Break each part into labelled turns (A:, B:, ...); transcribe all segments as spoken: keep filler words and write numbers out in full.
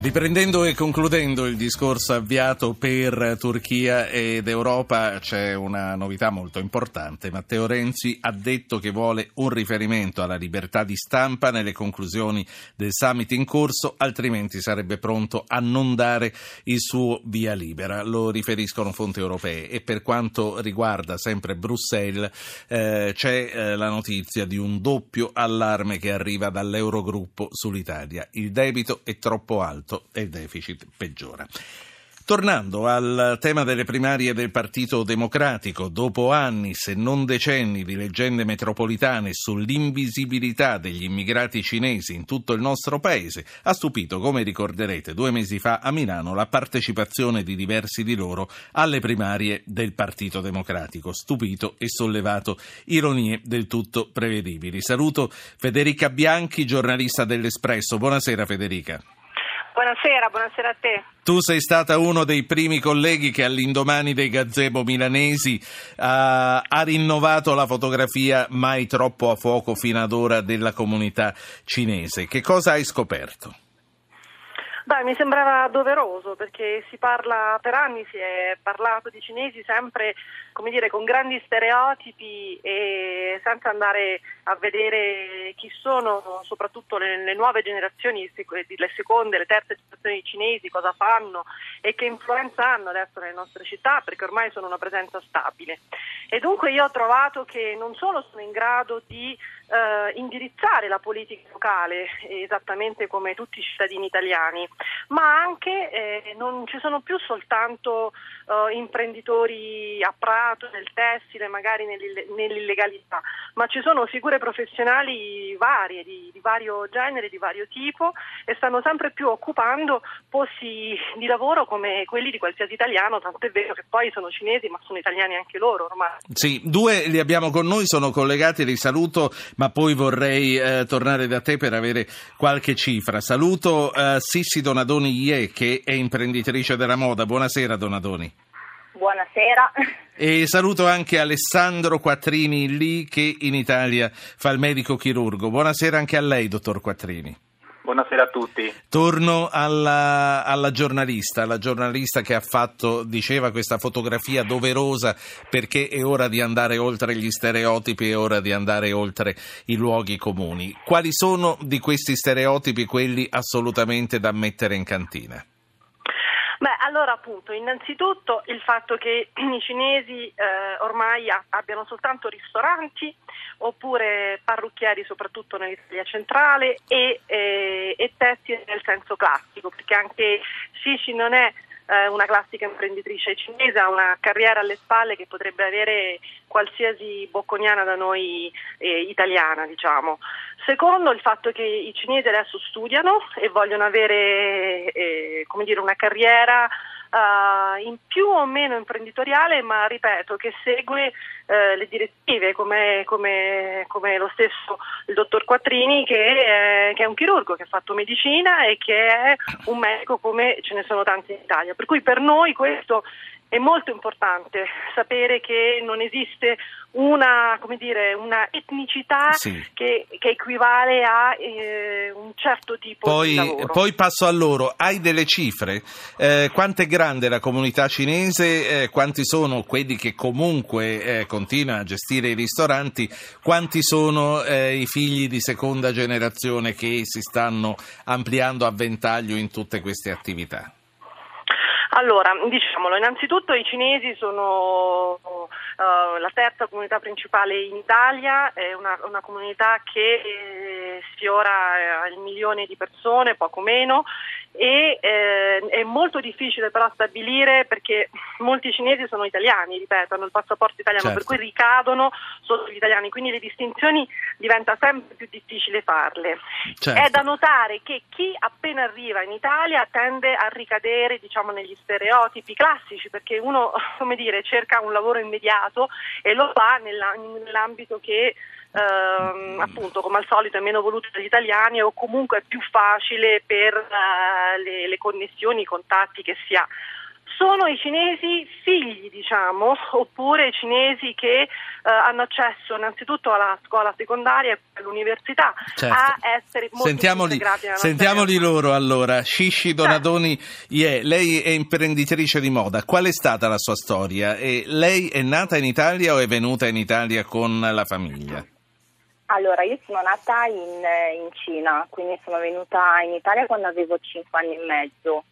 A: Riprendendo e concludendo il discorso avviato per Turchia ed Europa, c'è una novità molto importante. Matteo Renzi ha detto che vuole un riferimento alla libertà di stampa nelle conclusioni del summit in corso, altrimenti sarebbe pronto a non dare il suo via libera. Lo riferiscono fonti europee. E per quanto riguarda sempre Bruxelles, eh, c'è eh, la notizia di un doppio allarme che arriva dall'Eurogruppo sull'Italia. Il debito è troppo alto e il deficit peggiora. Tornando al tema delle primarie del Partito Democratico, dopo anni, se non decenni, di leggende metropolitane sull'invisibilità degli immigrati cinesi in tutto il nostro paese, ha stupito, come ricorderete, due mesi fa a Milano la partecipazione di diversi di loro alle primarie del Partito Democratico. Stupito e sollevato ironie del tutto prevedibili. Saluto Federica Bianchi, giornalista dell'Espresso. Buonasera Federica.
B: Buonasera, buonasera a te.
A: Tu sei stata uno dei primi colleghi che all'indomani dei gazebo milanesi ha, ha rinnovato la fotografia mai troppo a fuoco fino ad ora della comunità cinese. Che cosa hai scoperto?
B: Beh, mi sembrava doveroso, perché si parla, per anni si è parlato di cinesi sempre, come dire, con grandi stereotipi e senza andare a vedere chi sono, soprattutto le, le nuove generazioni, le seconde, le terze generazioni di cinesi, cosa fanno e che influenza hanno adesso nelle nostre città, perché ormai sono una presenza stabile. E dunque io ho trovato che non solo sono in grado di eh, indirizzare la politica locale, esattamente come tutti i cittadini italiani, ma anche eh, non ci sono più soltanto eh, imprenditori a Prato, nel tessile, magari nell'illegalità, ma ci sono figure professionali varie, di, di vario genere, di vario tipo, e stanno sempre più occupando posti di lavoro come quelli di qualsiasi italiano, tanto è vero che poi sono cinesi ma sono italiani anche loro ormai.
A: Sì, due li abbiamo con noi, sono collegati, li saluto, ma poi vorrei eh, tornare da te per avere qualche cifra. Saluto eh, Sissi Donadoni Ie, che è imprenditrice della moda. Buonasera Donadoni.
C: Buonasera.
A: E saluto anche Alessandro Quattrini lì, che in Italia fa il medico chirurgo. Buonasera anche a lei, dottor Quattrini.
D: Buonasera a tutti.
A: Torno alla, alla giornalista, la giornalista che ha fatto, diceva, questa fotografia doverosa perché è ora di andare oltre gli stereotipi, è ora di andare oltre i luoghi comuni. Quali sono di questi stereotipi quelli assolutamente da mettere in cantina?
B: Beh, allora appunto, innanzitutto il fatto che i cinesi eh, ormai a, abbiano soltanto ristoranti oppure parrucchieri, soprattutto nell'Italia centrale, e, eh, e tessili nel senso classico, perché anche Sisi non è eh, una classica imprenditrice cinese, ha una carriera alle spalle che potrebbe avere qualsiasi bocconiana da noi eh, italiana, diciamo. Secondo, il fatto che i cinesi adesso studiano e vogliono avere eh, come dire, una carriera uh, in più o meno imprenditoriale, ma ripeto, che segue eh, le direttive, come, come, come lo stesso il dottor Quattrini, che è, che è un chirurgo, che ha fatto medicina e che è un medico come ce ne sono tanti in Italia. Per cui per noi questo è molto importante, sapere che non esiste una, come dire, una etnicità
A: sì.
B: che, che equivale a eh, un certo tipo
A: poi,
B: di lavoro.
A: Poi passo a loro. Hai delle cifre? Eh, quanto è grande la comunità cinese? Eh, quanti sono quelli che comunque eh, continuano a gestire i ristoranti? Quanti sono eh, i figli di seconda generazione che si stanno ampliando a ventaglio in tutte queste attività?
B: Allora, diciamolo, innanzitutto i cinesi sono uh, la terza comunità principale in Italia, è una, una comunità che eh, sfiora il milione di persone, poco meno, e eh, è molto difficile però stabilire, perché molti cinesi sono italiani, ripeto, hanno il passaporto italiano, certo. Per cui ricadono sotto gli italiani, quindi le distinzioni diventa sempre più difficile farle.
A: Certo.
B: È da notare che chi appena arriva in Italia tende a ricadere, diciamo, negli stereotipi classici, perché uno, come dire, cerca un lavoro immediato e lo fa nella, nell'ambito che Uh, appunto, come al solito, è meno voluto dagli italiani, o comunque è più facile per uh, le, le connessioni, i contatti che si ha. sono i cinesi figli, diciamo, oppure i cinesi che eh, hanno accesso innanzitutto alla scuola secondaria e all'università,
A: certo,
B: a essere molto
A: sentiamoli,
B: integrati nella
A: sentiamoli loro allora. Scishi Donadoni,
B: certo.
A: yeah, lei è imprenditrice di moda, qual è stata la sua storia? E lei è nata in Italia o è venuta in Italia con la famiglia?
C: Allora, io sono nata in, in Cina, quindi sono venuta in Italia quando avevo cinque anni e mezzo.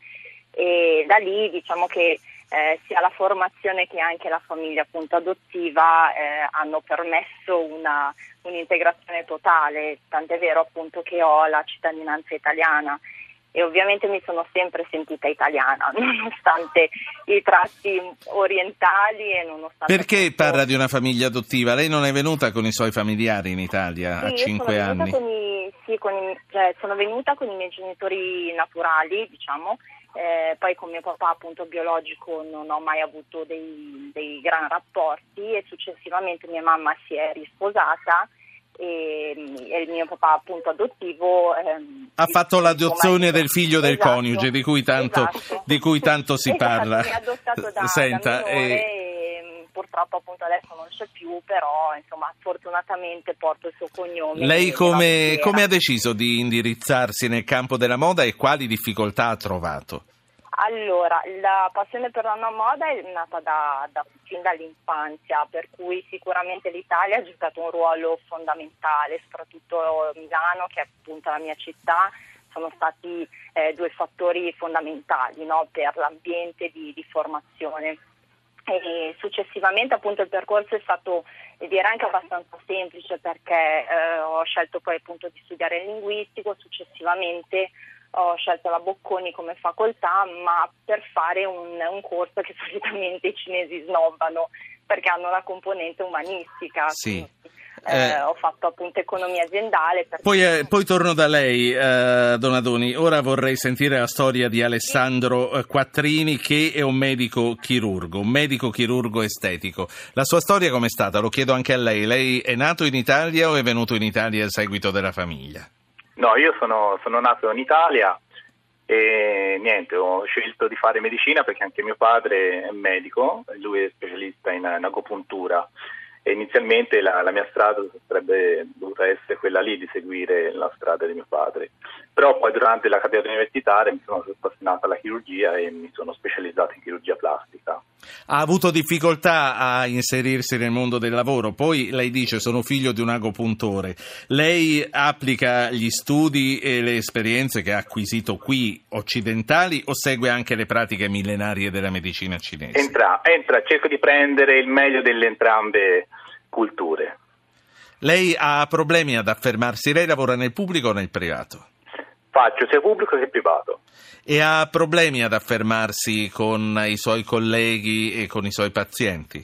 C: E da lì diciamo che eh, sia la formazione che anche la famiglia appunto adottiva eh, hanno permesso una, un'integrazione totale, tant'è vero appunto che ho la cittadinanza italiana e ovviamente mi sono sempre sentita italiana nonostante i tratti orientali e nonostante...
A: Perché
C: appunto...
A: parla di una famiglia adottiva? Lei non è venuta con i suoi familiari in Italia
C: sì,
A: a cinque anni?
C: Con i, sì, con i, cioè, sono venuta con i miei genitori naturali, diciamo. Eh, poi con mio papà appunto biologico non ho mai avuto dei, dei gran rapporti e successivamente mia mamma si è risposata e, e il mio papà appunto adottivo ehm,
A: ha fatto l'adozione del figlio del
C: esatto,
A: coniuge di cui tanto,
C: esatto.
A: di cui tanto si
C: esatto,
A: parla.
C: Mi ha adottato da,
A: Senta,
C: da minore
A: eh...
C: e purtroppo appunto adesso non c'è più, però insomma fortunatamente porto il suo cognome.
A: Lei come, come ha deciso di indirizzarsi nel campo della moda e quali difficoltà ha trovato?
C: Allora, la passione per la moda è nata da, da, fin dall'infanzia, per cui sicuramente l'Italia ha giocato un ruolo fondamentale, soprattutto Milano, che è appunto la mia città, sono stati eh, due fattori fondamentali, no, per l'ambiente di, di formazione. E successivamente appunto il percorso è stato, direi, anche abbastanza semplice perché eh, ho scelto poi appunto di studiare il linguistico, successivamente ho scelto la Bocconi come facoltà, ma per fare un, un corso che solitamente i cinesi snobbano perché hanno la componente umanistica.
A: Sì.
C: Eh, eh, ho fatto appunto economia aziendale.
A: Poi, eh, poi torno da lei, eh, Donadoni. Ora vorrei sentire la storia di Alessandro Quattrini, che è un medico chirurgo, un medico chirurgo estetico. La sua storia com'è stata? Lo chiedo anche a lei. Lei è nato in Italia o è venuto in Italia a seguito della famiglia?
D: No, io sono, sono nato in Italia e niente, ho scelto di fare medicina perché anche mio padre è medico, lui è specialista in, in agopuntura e inizialmente la, la mia strada sarebbe dovuta essere quella lì, di seguire la strada di mio padre. Però poi durante la carriera universitaria mi sono appassionato alla chirurgia e mi sono specializzato in chirurgia plastica.
A: Ha avuto difficoltà a inserirsi nel mondo del lavoro, poi lei dice sono figlio di un agopuntore. Lei applica gli studi e le esperienze che ha acquisito qui occidentali o segue anche le pratiche millenarie della medicina cinese?
D: Entra, entra, cerco di prendere il meglio delle entrambe culture.
A: Lei ha problemi ad affermarsi? Lei lavora nel pubblico o nel privato?
D: Faccio sia pubblico che privato.
A: E ha problemi ad affermarsi con i suoi colleghi e con i suoi pazienti?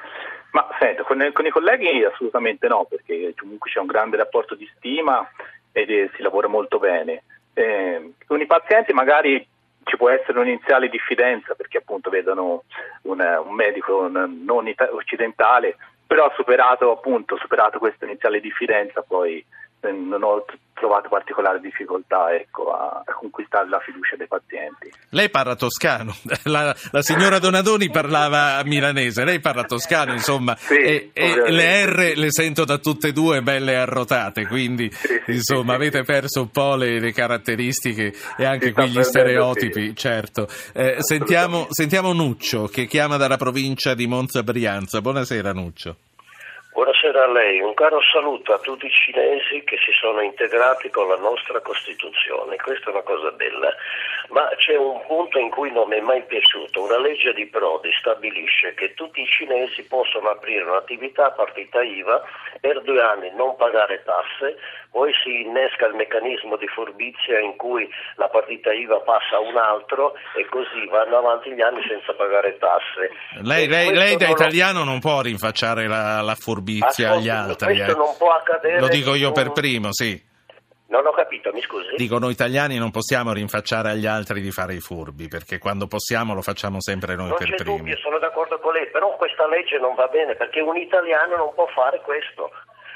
D: Ma senta, con, con i colleghi assolutamente no, perché comunque c'è un grande rapporto di stima ed eh, si lavora molto bene. Eh, con i pazienti magari ci può essere un'iniziale diffidenza perché appunto vedono un, un medico non ita- occidentale, però superato appunto superato questa iniziale diffidenza poi eh, non ho trovato particolare difficoltà ecco, a, a conquistare la fiducia dei pazienti.
A: Lei parla toscano, la, la signora Donadoni parlava milanese, lei parla toscano insomma,
D: sì,
A: e, e le R le sento da tutte e due belle arrotate, quindi sì, sì, insomma sì, avete sì. perso un po' le, le caratteristiche e anche
D: si
A: quegli stereotipi,
D: sì.
A: certo. Eh, sentiamo, sentiamo Nuccio che chiama dalla provincia di Monza Brianza. Buonasera Nuccio.
E: Buonasera a lei, un caro saluto a tutti i cinesi che si sono integrati con la nostra Costituzione, questa è una cosa bella, ma c'è un punto in cui non mi è mai piaciuto. Una legge di Prodi stabilisce che tutti i cinesi possono aprire un'attività a partita I V A, per due anni non pagare tasse, poi si innesca il meccanismo di furbizia in cui la partita I V A passa a un altro e così vanno avanti gli anni senza pagare tasse.
A: Lei, lei, lei da italiano non può rinfacciare la, la furbizia agli altri,
E: questo
A: eh.
E: non può accadere.
A: Lo dico io
E: un...
A: per primo, sì.
E: Non ho capito, mi scusi.
A: Dico, noi italiani non possiamo rinfacciare agli altri di fare i furbi, perché quando possiamo lo facciamo sempre noi
E: non
A: per primi.
E: Non c'è dubbio, sono d'accordo con lei, però questa legge non va bene, perché un italiano non può fare questo.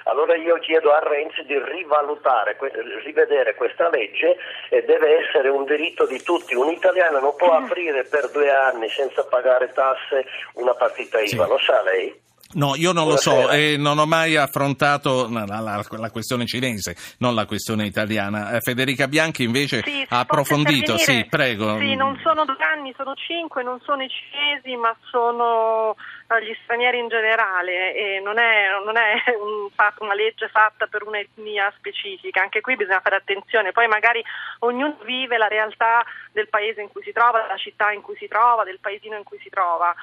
E: Allora io chiedo a Renzi di rivalutare, rivedere questa legge, e deve essere un diritto di tutti. Un italiano non può aprire per due anni senza pagare tasse una partita I V A, sì. Lo sa lei?
A: No, io non Buonasera. Lo so e non ho mai affrontato la, la, la questione cinese, non la questione italiana. Federica Bianchi invece
B: sì,
A: ha approfondito. Sì, prego.
B: Sì, non sono due anni, sono cinque, non sono i cinesi, ma sono gli stranieri in generale, e non è, non è un, una legge fatta per un'etnia specifica. Anche qui bisogna fare attenzione, poi magari ognuno vive la realtà del paese in cui si trova, della città in cui si trova, del paesino in cui si trova,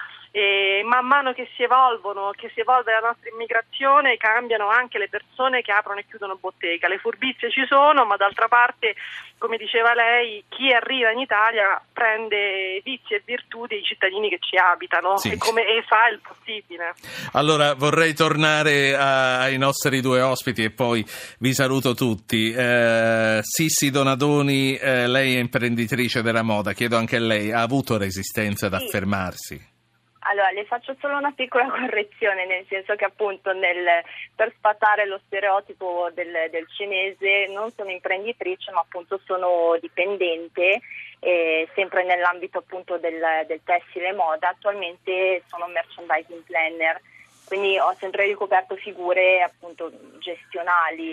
B: e man mano che si evolvono, che si evolve la nostra immigrazione, cambiano anche le persone che aprono e chiudono bottega. Le furbizie ci sono, ma d'altra parte, come diceva lei, chi arriva in Italia prende vizi e virtù dei cittadini che ci abitano, sì. e, come, e fa il possibile.
A: Allora vorrei tornare a, ai nostri due ospiti e poi vi saluto tutti. eh, Sissi Donadoni, eh, lei è imprenditrice della moda, chiedo anche a lei, ha avuto resistenza ad sì. affermarsi?
C: Allora, le faccio solo una piccola correzione, nel senso che appunto nel, per sfatare lo stereotipo del, del cinese non sono imprenditrice, ma appunto sono dipendente, eh, sempre nell'ambito appunto del, del tessile e moda. Attualmente sono merchandising planner, quindi ho sempre ricoperto figure appunto gestionali.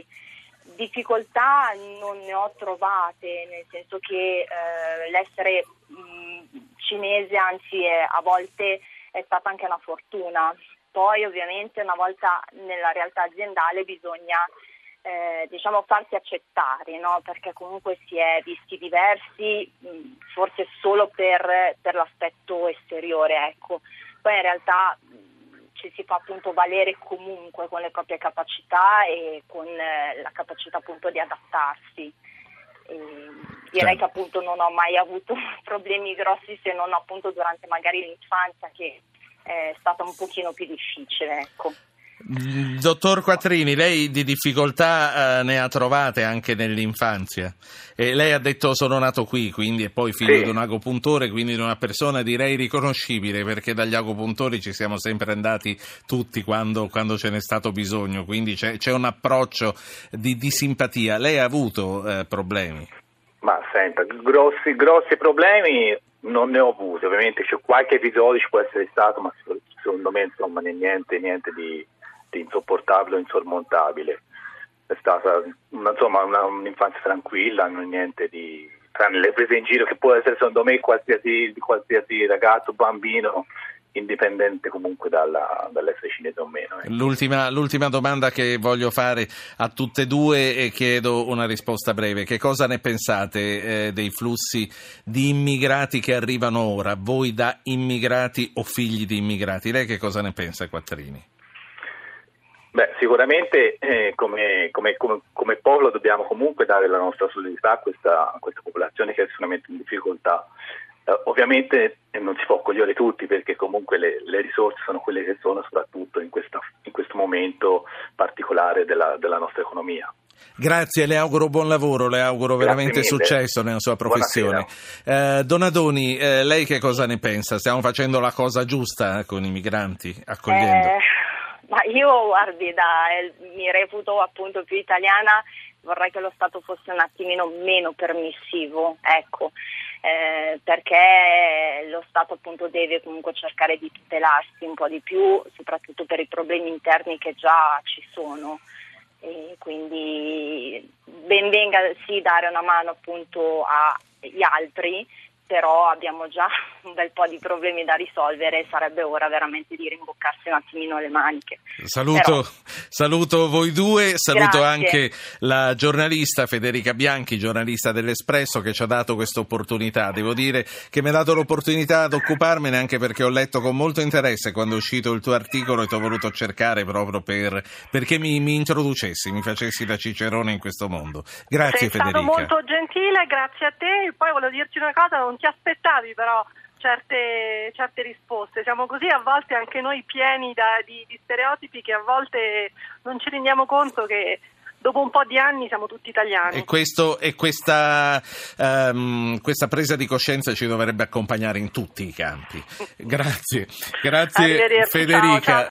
C: Difficoltà non ne ho trovate, nel senso che eh, l'essere mh, cinese, anzi è, a volte è stata anche una fortuna. Poi ovviamente una volta nella realtà aziendale bisogna eh, diciamo farsi accettare, no? Perché comunque si è visti diversi, mh, forse solo per, per l'aspetto esteriore, ecco. Poi in realtà mh, ci si fa appunto valere comunque con le proprie capacità e con eh, la capacità appunto di adattarsi. E direi sì. che appunto non ho mai avuto problemi grossi, se non appunto durante magari l'infanzia, che è stata un pochino più difficile, ecco.
A: Dottor Quattrini, lei di difficoltà eh, ne ha trovate anche nell'infanzia, e lei ha detto sono nato qui, quindi, e poi figlio sì. di un agopuntore, quindi di una persona direi riconoscibile, perché dagli agopuntori ci siamo sempre andati tutti quando, quando ce n'è stato bisogno, quindi c'è, c'è un approccio di, di simpatia. Lei ha avuto eh, problemi?
D: Ma senta, grossi, grossi problemi non ne ho avuti, ovviamente c'è qualche episodio, ci può essere stato, ma secondo me insomma niente, niente di di insopportabile o insormontabile. È stata una, insomma una, un'infanzia tranquilla, non niente di, tranne le prese in giro che può essere secondo me qualsiasi, di qualsiasi ragazzo, bambino, indipendente comunque dalla, dall'essere cinese o meno. Eh.
A: L'ultima, l'ultima domanda che voglio fare a tutte e due, e chiedo una risposta breve: che cosa ne pensate eh, dei flussi di immigrati che arrivano ora, voi da immigrati o figli di immigrati? Lei che cosa ne pensa, Quattrini?
D: Beh, sicuramente eh, come, come, come, come popolo dobbiamo comunque dare la nostra solidarietà a questa, a questa popolazione che è sicuramente in difficoltà. Eh, ovviamente eh, non si può accogliere tutti, perché comunque le, le risorse sono quelle che sono, soprattutto in, questa, in questo momento particolare della, della nostra economia.
A: Grazie, le auguro buon lavoro, le auguro Grazie veramente mille. Successo nella sua professione. Eh, Donadoni, eh, lei che cosa ne pensa? Stiamo facendo la cosa giusta con i migranti, accogliendo?
C: Eh... Ma io, guardi, da, eh, mi reputo appunto più italiana, vorrei che lo Stato fosse un attimino meno permissivo, ecco, eh, perché lo Stato appunto deve comunque cercare di tutelarsi un po' di più, soprattutto per i problemi interni che già ci sono. E quindi ben venga sì dare una mano appunto agli altri, però abbiamo già un bel po' di problemi da risolvere, sarebbe ora veramente di rimboccarsi un attimino le maniche.
A: Saluto, però... saluto voi due, saluto Grazie. Anche la giornalista Federica Bianchi, giornalista dell'Espresso, che ci ha dato questa opportunità. Devo dire che mi ha dato l'opportunità ad occuparmene, anche perché ho letto con molto interesse quando è uscito il tuo articolo, e ti ho voluto cercare proprio per perché mi, mi introducessi, mi facessi da cicerone in questo mondo. Grazie. Sei Federica.
B: Sei stato molto gentile, grazie a te. Poi volevo dirti una cosa, non ti aspettavi però certe, certe risposte, siamo così a volte anche noi pieni da, di, di stereotipi, che a volte non ci rendiamo conto che dopo un po' di anni siamo tutti italiani.
A: E, questo, e questa, um, questa presa di coscienza ci dovrebbe accompagnare in tutti i campi. Grazie, grazie Federica.
B: Ciao, ciao.